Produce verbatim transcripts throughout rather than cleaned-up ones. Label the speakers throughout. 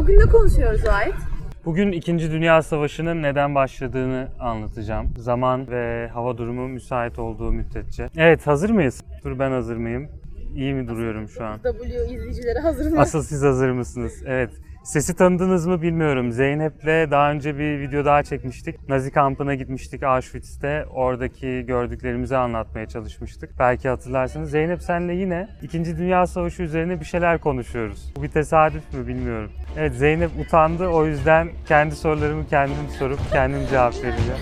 Speaker 1: Bugün ne konuşuyoruz Vahit?
Speaker 2: Bugün İkinci Dünya Savaşı'nın neden başladığını anlatacağım. Zaman ve hava durumu müsait olduğu müddetçe. Evet, hazır mıyız? Dur, ben hazır mıyım? İyi mi duruyorum şu an?
Speaker 1: W izleyicileri hazır mı?
Speaker 2: Asıl siz hazır mısınız? Evet. Sesi tanıdınız mı bilmiyorum. Zeynep'le daha önce bir video daha çekmiştik. Nazi kampına gitmiştik Auschwitz'te. Oradaki gördüklerimizi anlatmaya çalışmıştık. Belki hatırlarsınız. Zeynep, senle yine İkinci Dünya Savaşı üzerine bir şeyler konuşuyoruz. Bu bir tesadüf mü bilmiyorum. Evet, Zeynep utandı. O yüzden kendi sorularımı kendim sorup kendim cevap vereceğim.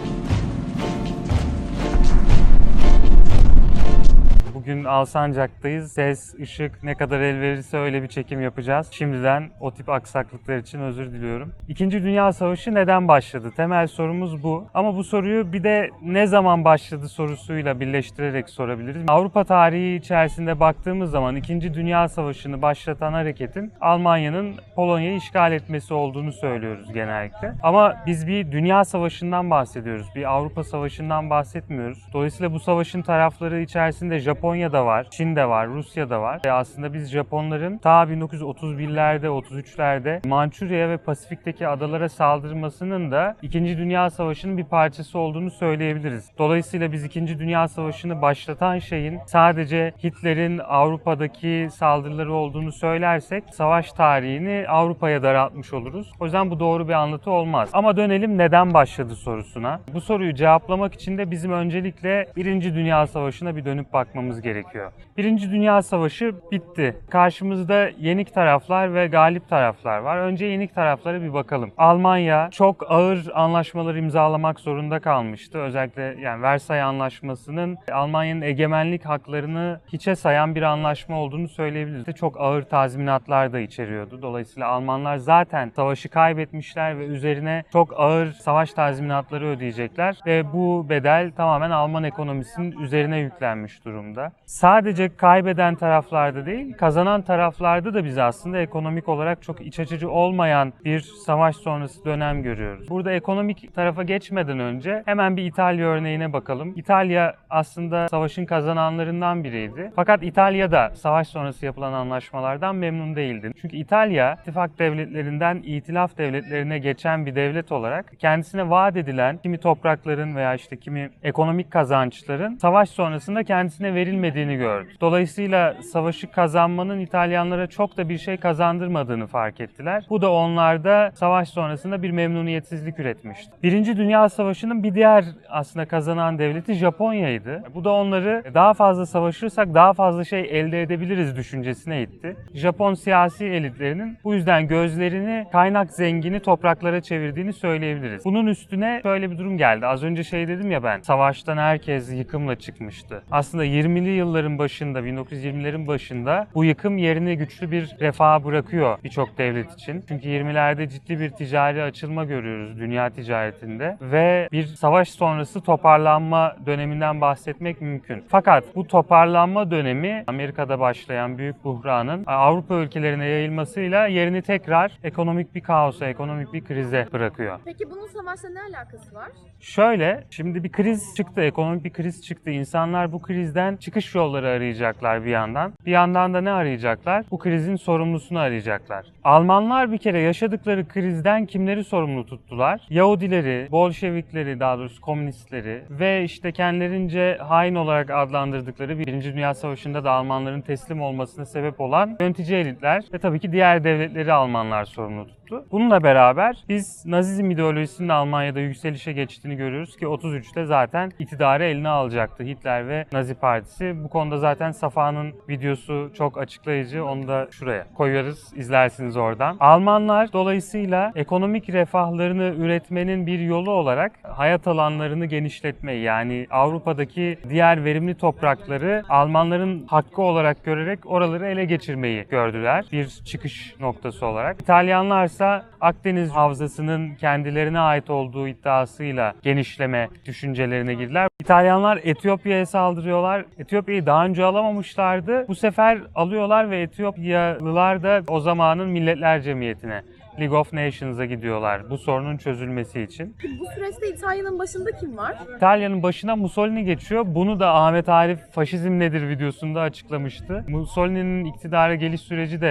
Speaker 2: Bugün Alsancak'tayız. Ses, ışık ne kadar el verirse öyle bir çekim yapacağız. Şimdiden o tip aksaklıklar için özür diliyorum. İkinci Dünya Savaşı neden başladı? Temel sorumuz bu. Ama bu soruyu bir de ne zaman başladı sorusuyla birleştirerek sorabiliriz. Avrupa tarihi içerisinde baktığımız zaman İkinci Dünya Savaşı'nı başlatan hareketin Almanya'nın Polonya'yı işgal etmesi olduğunu söylüyoruz genellikle. Ama biz bir Dünya Savaşı'ndan bahsediyoruz. Bir Avrupa Savaşı'ndan bahsetmiyoruz. Dolayısıyla bu savaşın tarafları içerisinde Japonya da var, Çin de var, Rusya da var. Ve aslında biz Japonların ta bin dokuz yüz otuz birlerde, otuz üçlerde Mançurya ve Pasifik'teki adalara saldırmasının da İkinci Dünya Savaşı'nın bir parçası olduğunu söyleyebiliriz. Dolayısıyla biz İkinci Dünya Savaşı'nı başlatan şeyin sadece Hitler'in Avrupa'daki saldırıları olduğunu söylersek savaş tarihini Avrupa'ya daraltmış oluruz. O yüzden bu doğru bir anlatı olmaz. Ama dönelim neden başladı sorusuna. Bu soruyu cevaplamak için de bizim öncelikle Birinci Dünya Savaşı'na bir dönüp bakmamız gerekiyor. Birinci Dünya Savaşı bitti. Karşımızda yenik taraflar ve galip taraflar var. Önce yenik taraflara bir bakalım. Almanya çok ağır anlaşmalar imzalamak zorunda kalmıştı. Özellikle yani Versay Anlaşması'nın Almanya'nın egemenlik haklarını hiçe sayan bir anlaşma olduğunu söyleyebiliriz. Çok ağır tazminatlar da içeriyordu. Dolayısıyla Almanlar zaten savaşı kaybetmişler ve üzerine çok ağır savaş tazminatları ödeyecekler ve bu bedel tamamen Alman ekonomisinin üzerine yüklenmiş durumda. Sadece kaybeden taraflarda değil, kazanan taraflarda da biz aslında ekonomik olarak çok iç açıcı olmayan bir savaş sonrası dönem görüyoruz. Burada ekonomik tarafa geçmeden önce hemen bir İtalya örneğine bakalım. İtalya aslında savaşın kazananlarından biriydi. Fakat İtalya da savaş sonrası yapılan anlaşmalardan memnun değildi. Çünkü İtalya, ittifak devletlerinden itilaf devletlerine geçen bir devlet olarak kendisine vaat edilen kimi toprakların veya işte kimi ekonomik kazançların savaş sonrasında kendisine verilmediğini gördü. Dolayısıyla savaşı kazanmanın İtalyanlara çok da bir şey kazandırmadığını fark ettiler. Bu da onlarda savaş sonrasında bir memnuniyetsizlik üretmişti. Birinci Dünya Savaşı'nın bir diğer aslında kazanan devleti Japonya'ydı. Bu da onları daha fazla savaşırsak daha fazla şey elde edebiliriz düşüncesine itti. Japon siyasi elitlerinin bu yüzden gözlerini kaynak zengini topraklara çevirdiğini söyleyebiliriz. Bunun üstüne şöyle bir durum geldi. Az önce şey dedim ya ben, savaştan herkes yıkımla çıkmıştı. Aslında yirmili yılların başında, bin dokuz yüz yirmilerin başında bu yıkım yerine güçlü bir refah bırakıyor birçok devlet için. Çünkü yirmilerde ciddi bir ticari açılma görüyoruz dünya ticaretinde ve bir savaş sonrası toparlanma döneminden bahsetmek mümkün. Fakat bu toparlanma dönemi Amerika'da başlayan büyük buhranın Avrupa ülkelerine yayılmasıyla yerini tekrar ekonomik bir kaosa, ekonomik bir krize bırakıyor.
Speaker 1: Peki bunun savaşla ne alakası var?
Speaker 2: Şöyle, şimdi bir kriz çıktı, ekonomik bir kriz çıktı. İnsanlar bu krizden çıkış yolları arayacaklar bir yandan. Bir yandan da ne arayacaklar? Bu krizin sorumlusunu arayacaklar. Almanlar bir kere yaşadıkları krizden kimleri sorumlu tuttular? Yahudileri, Bolşevikleri, daha doğrusu komünistleri ve işte kendilerince hain olarak adlandırdıkları Birinci Dünya Savaşı'nda da Almanların teslim olmasına sebep olan yönetici elitler ve tabii ki diğer devletleri Almanlar sorumlu tuttu. Bununla beraber biz Nazizm ideolojisinin Almanya'da yükselişe geçtiğini görüyoruz ki otuz üçte zaten iktidarı eline alacaktı Hitler ve Nazi Partisi. Bu konuda zaten Safa'nın videosu çok açıklayıcı. Onu da şuraya koyarız, izlersiniz oradan. Almanlar dolayısıyla ekonomik refahlarını üretmenin bir yolu olarak hayat alanlarını genişletmeyi, yani Avrupa'daki diğer verimli toprakları Almanların hakkı olarak görerek oraları ele geçirmeyi gördüler bir çıkış noktası olarak. İtalyanlarsa Akdeniz Havzası'nın kendilerine ait olduğu iddiasıyla genişleme düşüncelerine girdiler. İtalyanlar Etiyopya'ya saldırıyorlar. Etiyopya'yı daha önce alamamışlardı. Bu sefer alıyorlar ve Etiyopyalılar da o zamanın Milletler Cemiyeti'ne, League of Nations'a gidiyorlar bu sorunun çözülmesi için.
Speaker 1: Bu süreçte İtalya'nın başında kim var?
Speaker 2: İtalya'nın başına Mussolini geçiyor. Bunu da Ahmet Arif Faşizm Nedir videosunda açıklamıştı. Mussolini'nin iktidara geliş süreci de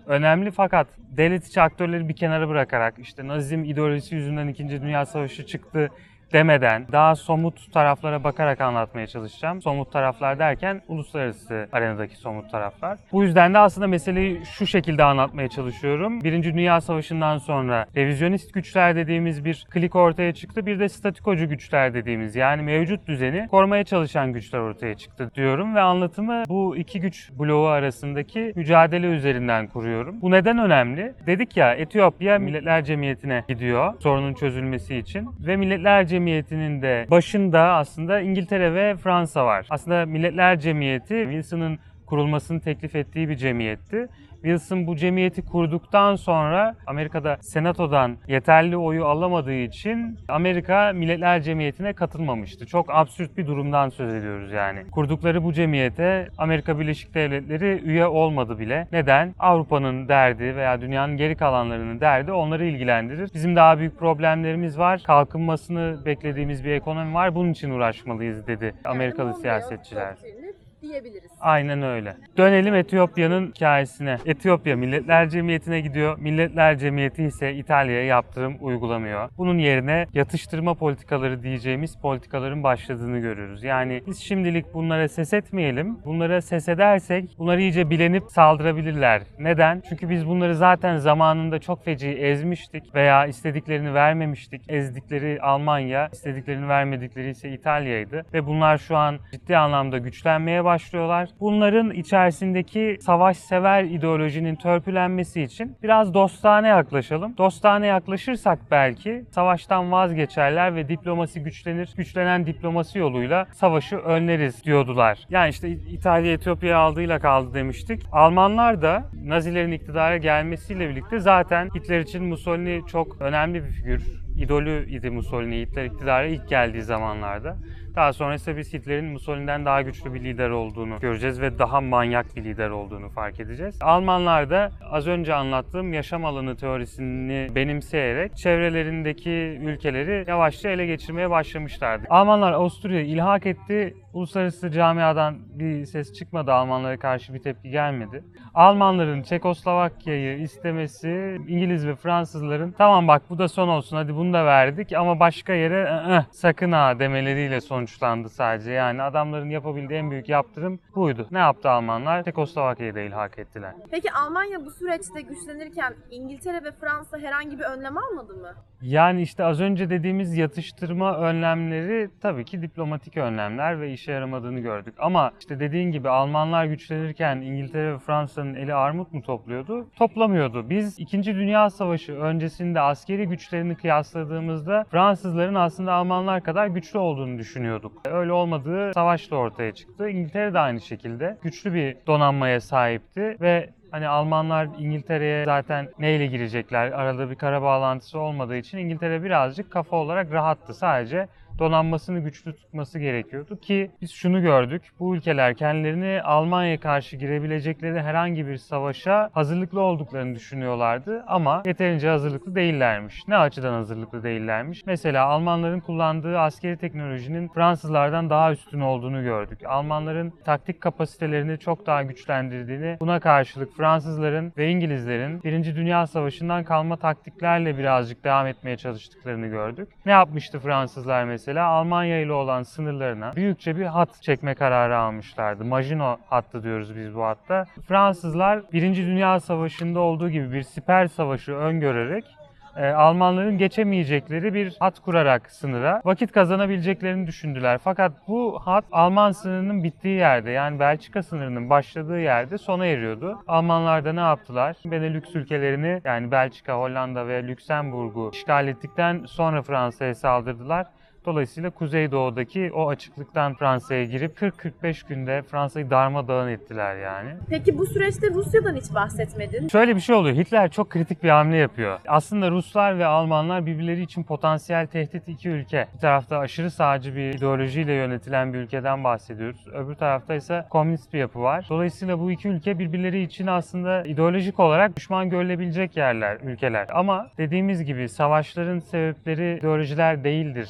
Speaker 2: önemli fakat devlet içi aktörleri bir kenara bırakarak işte Nazizm ideolojisi yüzünden İkinci Dünya Savaşı çıktı demeden daha somut taraflara bakarak anlatmaya çalışacağım. Somut taraflar derken uluslararası arenadaki somut taraflar. Bu yüzden de aslında meseleyi şu şekilde anlatmaya çalışıyorum. Birinci Dünya Savaşı'ndan sonra revizyonist güçler dediğimiz bir klik ortaya çıktı. Bir de statikocu güçler dediğimiz yani mevcut düzeni korumaya çalışan güçler ortaya çıktı diyorum ve anlatımı bu iki güç bloğu arasındaki mücadele üzerinden kuruyorum. Bu neden önemli? Dedik ya Etiyopya Milletler Cemiyeti'ne gidiyor sorunun çözülmesi için ve Milletler Cemiyeti'nin de başında aslında İngiltere ve Fransa var. Aslında Milletler Cemiyeti Wilson'ın kurulmasını teklif ettiği bir cemiyetti. Wilson bu cemiyeti kurduktan sonra Amerika'da Senato'dan yeterli oyu alamadığı için Amerika Milletler Cemiyeti'ne katılmamıştı. Çok absürt bir durumdan söz ediyoruz yani. Kurdukları bu cemiyete Amerika Birleşik Devletleri üye olmadı bile. Neden? Avrupa'nın derdi veya dünyanın geri kalanlarının derdi onları ilgilendirir. Bizim daha büyük problemlerimiz var. Kalkınmasını beklediğimiz bir ekonomi var. Bunun için uğraşmalıyız dedi Amerikalı
Speaker 1: yani
Speaker 2: siyasetçiler.
Speaker 1: Diyebiliriz.
Speaker 2: Aynen öyle. Dönelim Etiyopya'nın hikayesine. Etiyopya Milletler Cemiyeti'ne gidiyor. Milletler Cemiyeti ise İtalya'ya yaptırım uygulamıyor. Bunun yerine yatıştırma politikaları diyeceğimiz politikaların başladığını görüyoruz. Yani biz şimdilik bunlara ses etmeyelim. Bunlara ses edersek bunları iyice bilenip saldırabilirler. Neden? Çünkü biz bunları zaten zamanında çok feci ezmiştik veya istediklerini vermemiştik. Ezdikleri Almanya, istediklerini vermedikleri ise İtalya'ydı. Ve bunlar şu an ciddi anlamda güçlenmeye başlıyorlar. Bunların içerisindeki savaşsever ideolojinin törpülenmesi için biraz dostane yaklaşalım. Dostane yaklaşırsak belki savaştan vazgeçerler ve diplomasi güçlenir. Güçlenen diplomasi yoluyla savaşı önleriz diyordular. Yani işte İtalya Etiyopya'yı aldığıyla kaldı demiştik. Almanlar da Nazilerin iktidara gelmesiyle birlikte zaten Hitler için Mussolini çok önemli bir figür. İdolü idi Mussolini Hitler iktidara ilk geldiği zamanlarda. Daha sonra ise biz Hitler'in Mussolini'den daha güçlü bir lider olduğunu göreceğiz ve daha manyak bir lider olduğunu fark edeceğiz. Almanlar da az önce anlattığım yaşam alanı teorisini benimseyerek çevrelerindeki ülkeleri yavaşça ele geçirmeye başlamışlardı. Almanlar Avusturya'yı ilhak etti. Uluslararası camiadan bir ses çıkmadı, Almanlara karşı bir tepki gelmedi. Almanların Çekoslovakya'yı istemesi, İngiliz ve Fransızların tamam bak bu da son olsun hadi bunu da verdik ama başka yere ı-ı, sakın ha demeleriyle sonuçlandı sadece. Yani adamların yapabildiği en büyük yaptırım buydu. Ne yaptı Almanlar? Çekoslovakya'yı da ilhak ettiler.
Speaker 1: Peki Almanya bu süreçte güçlenirken İngiltere ve Fransa herhangi bir önlem almadı mı?
Speaker 2: Yani işte az önce dediğimiz yatıştırma önlemleri tabii ki diplomatik önlemler ve işe yaramadığını gördük. Ama işte dediğin gibi Almanlar güçlenirken İngiltere ve Fransa'nın eli armut mu topluyordu? Toplamıyordu. Biz İkinci Dünya Savaşı öncesinde askeri güçlerini kıyasladığımızda Fransızların aslında Almanlar kadar güçlü olduğunu düşünüyorduk. Öyle olmadığı savaşla ortaya çıktı. İngiltere de aynı şekilde güçlü bir donanmaya sahipti ve hani Almanlar İngiltere'ye zaten neyle girecekler? Arada bir kara bağlantısı olmadığı için İngiltere birazcık kafa olarak rahattı. Sadece donanmasını güçlü tutması gerekiyordu ki biz şunu gördük. Bu ülkeler kendilerini Almanya'ya karşı girebilecekleri herhangi bir savaşa hazırlıklı olduklarını düşünüyorlardı ama yeterince hazırlıklı değillermiş. Ne açıdan hazırlıklı değillermiş? Mesela Almanların kullandığı askeri teknolojinin Fransızlardan daha üstün olduğunu gördük. Almanların taktik kapasitelerini çok daha güçlendirdiğini, buna karşılık Fransızların ve İngilizlerin Birinci Dünya Savaşı'ndan kalma taktiklerle birazcık devam etmeye çalıştıklarını gördük. Ne yapmıştı Fransızlar mesela? Mesela Almanya ile olan sınırlarına büyükçe bir hat çekme kararı almışlardı. Maginot hattı diyoruz biz bu hatta. Fransızlar Birinci Dünya Savaşı'nda olduğu gibi bir siper savaşı öngörerek e, Almanların geçemeyecekleri bir hat kurarak sınıra vakit kazanabileceklerini düşündüler. Fakat bu hat Alman sınırının bittiği yerde yani Belçika sınırının başladığı yerde sona eriyordu. Almanlar da ne yaptılar? Benelux ülkelerini yani Belçika, Hollanda ve Lüksemburg'u işgal ettikten sonra Fransa'ya saldırdılar. Dolayısıyla Kuzeydoğu'daki o açıklıktan Fransa'ya girip kırk kırk beş günde Fransa'yı darmadağın ettiler yani.
Speaker 1: Peki bu süreçte Rusya'dan hiç bahsetmedin.
Speaker 2: Şöyle bir şey oluyor. Hitler çok kritik bir hamle yapıyor. Aslında Ruslar ve Almanlar birbirleri için potansiyel tehdit iki ülke. Bir tarafta aşırı sağcı bir ideolojiyle yönetilen bir ülkeden bahsediyoruz. Öbür tarafta ise komünist bir yapı var. Dolayısıyla bu iki ülke birbirleri için aslında ideolojik olarak düşman görülebilecek yerler, ülkeler. Ama dediğimiz gibi savaşların sebepleri ideolojiler değildir. yüzde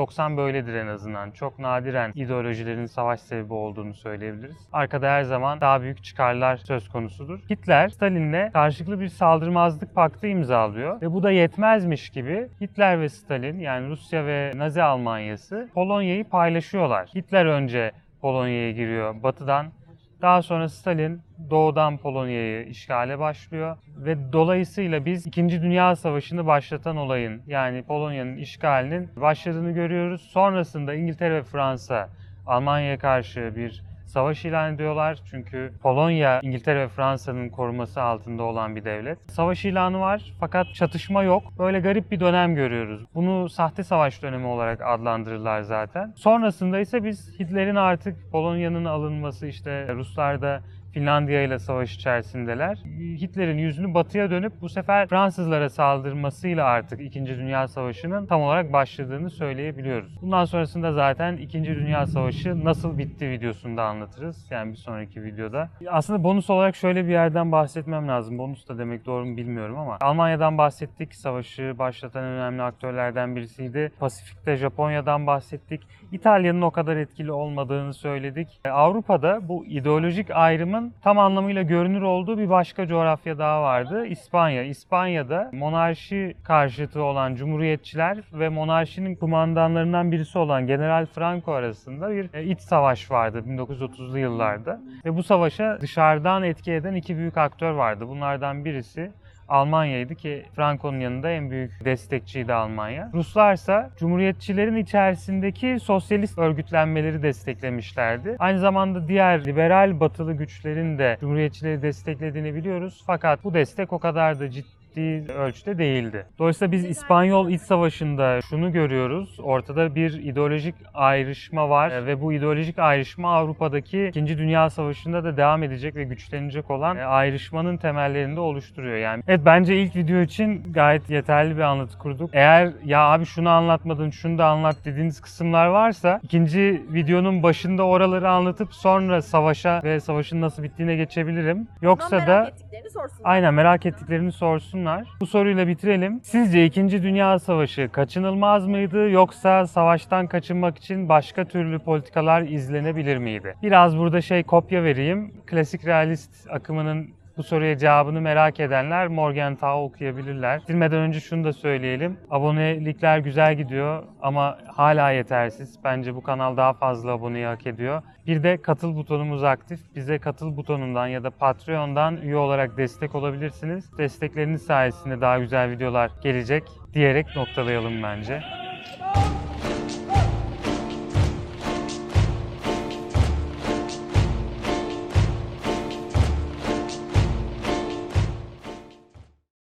Speaker 2: doksan böyledir en azından. Çok nadiren ideolojilerin savaş sebebi olduğunu söyleyebiliriz. Arkada her zaman daha büyük çıkarlar söz konusudur. Hitler, Stalin'le karşılıklı bir saldırmazlık paktı imzalıyor ve bu da yetmezmiş gibi Hitler ve Stalin, yani Rusya ve Nazi Almanyası Polonya'yı paylaşıyorlar. Hitler önce Polonya'ya giriyor batıdan. Daha sonra Stalin doğudan Polonya'yı işgale başlıyor ve dolayısıyla biz İkinci Dünya Savaşı'nı başlatan olayın, yani Polonya'nın işgalinin başladığını görüyoruz. Sonrasında İngiltere ve Fransa Almanya'ya karşı bir savaş ilan ediyorlar. Çünkü Polonya, İngiltere ve Fransa'nın koruması altında olan bir devlet. Savaş ilanı var fakat çatışma yok. Böyle garip bir dönem görüyoruz. Bunu sahte savaş dönemi olarak adlandırırlar zaten. Sonrasında ise biz Hitler'in artık Polonya'nın alınması, işte Ruslar da Finlandiya ile savaş içerisindeler. Hitler'in yüzünü batıya dönüp bu sefer Fransızlara saldırmasıyla artık İkinci Dünya Savaşı'nın tam olarak başladığını söyleyebiliyoruz. Bundan sonrasında zaten İkinci Dünya Savaşı nasıl bitti videosunda anlatırız. Yani bir sonraki videoda. Aslında bonus olarak şöyle bir yerden bahsetmem lazım. Bonus da demek doğru mu bilmiyorum ama Almanya'dan bahsettik. Savaşı başlatan önemli aktörlerden birisiydi. Pasifik'te Japonya'dan bahsettik. İtalya'nın o kadar etkili olmadığını söyledik. Avrupa'da bu ideolojik ayrımın tam anlamıyla görünür olduğu bir başka coğrafya daha vardı. İspanya. İspanya'da monarşi karşıtı olan cumhuriyetçiler ve monarşinin kumandanlarından birisi olan General Franco arasında bir iç savaş vardı bin dokuz yüz otuzlu yıllarda. Ve bu savaşa dışarıdan etki eden iki büyük aktör vardı. Bunlardan birisi Almanya'ydı ki Franco'nun yanında en büyük destekçiydi Almanya. Ruslarsa Cumhuriyetçilerin içerisindeki sosyalist örgütlenmeleri desteklemişlerdi. Aynı zamanda diğer liberal batılı güçlerin de Cumhuriyetçileri desteklediğini biliyoruz. Fakat bu destek o kadar da ciddi ölçüde değildi. Dolayısıyla biz İspanyol İç Savaşı'nda şunu görüyoruz. Ortada bir ideolojik ayrışma var ve bu ideolojik ayrışma Avrupa'daki İkinci Dünya Savaşı'nda da devam edecek ve güçlenecek olan ayrışmanın temellerini de oluşturuyor. Yani evet, bence ilk video için gayet yeterli bir anlatı kurduk. Eğer ya abi şunu anlatmadın, şunu da anlat dediğiniz kısımlar varsa ikinci videonun başında oraları anlatıp sonra savaşa ve savaşın nasıl bittiğine geçebilirim. Yoksa
Speaker 1: merak
Speaker 2: da
Speaker 1: ettiklerini sorsunlar.
Speaker 2: aynen merak ettiklerini sorsunlar. Bu soruyla bitirelim. Sizce İkinci Dünya Savaşı kaçınılmaz mıydı yoksa savaştan kaçınmak için başka türlü politikalar izlenebilir miydi? Biraz burada şey kopya vereyim. Klasik realist akımının bu soruya cevabını merak edenler Morgenthau okuyabilirler. Bitirmeden önce şunu da söyleyelim. Abonelikler güzel gidiyor ama hala yetersiz. Bence bu kanal daha fazla aboneyi hak ediyor. Bir de katıl butonumuz aktif. Bize katıl butonundan ya da Patreon'dan üye olarak destek olabilirsiniz. Destekleriniz sayesinde daha güzel videolar gelecek diyerek noktalayalım bence.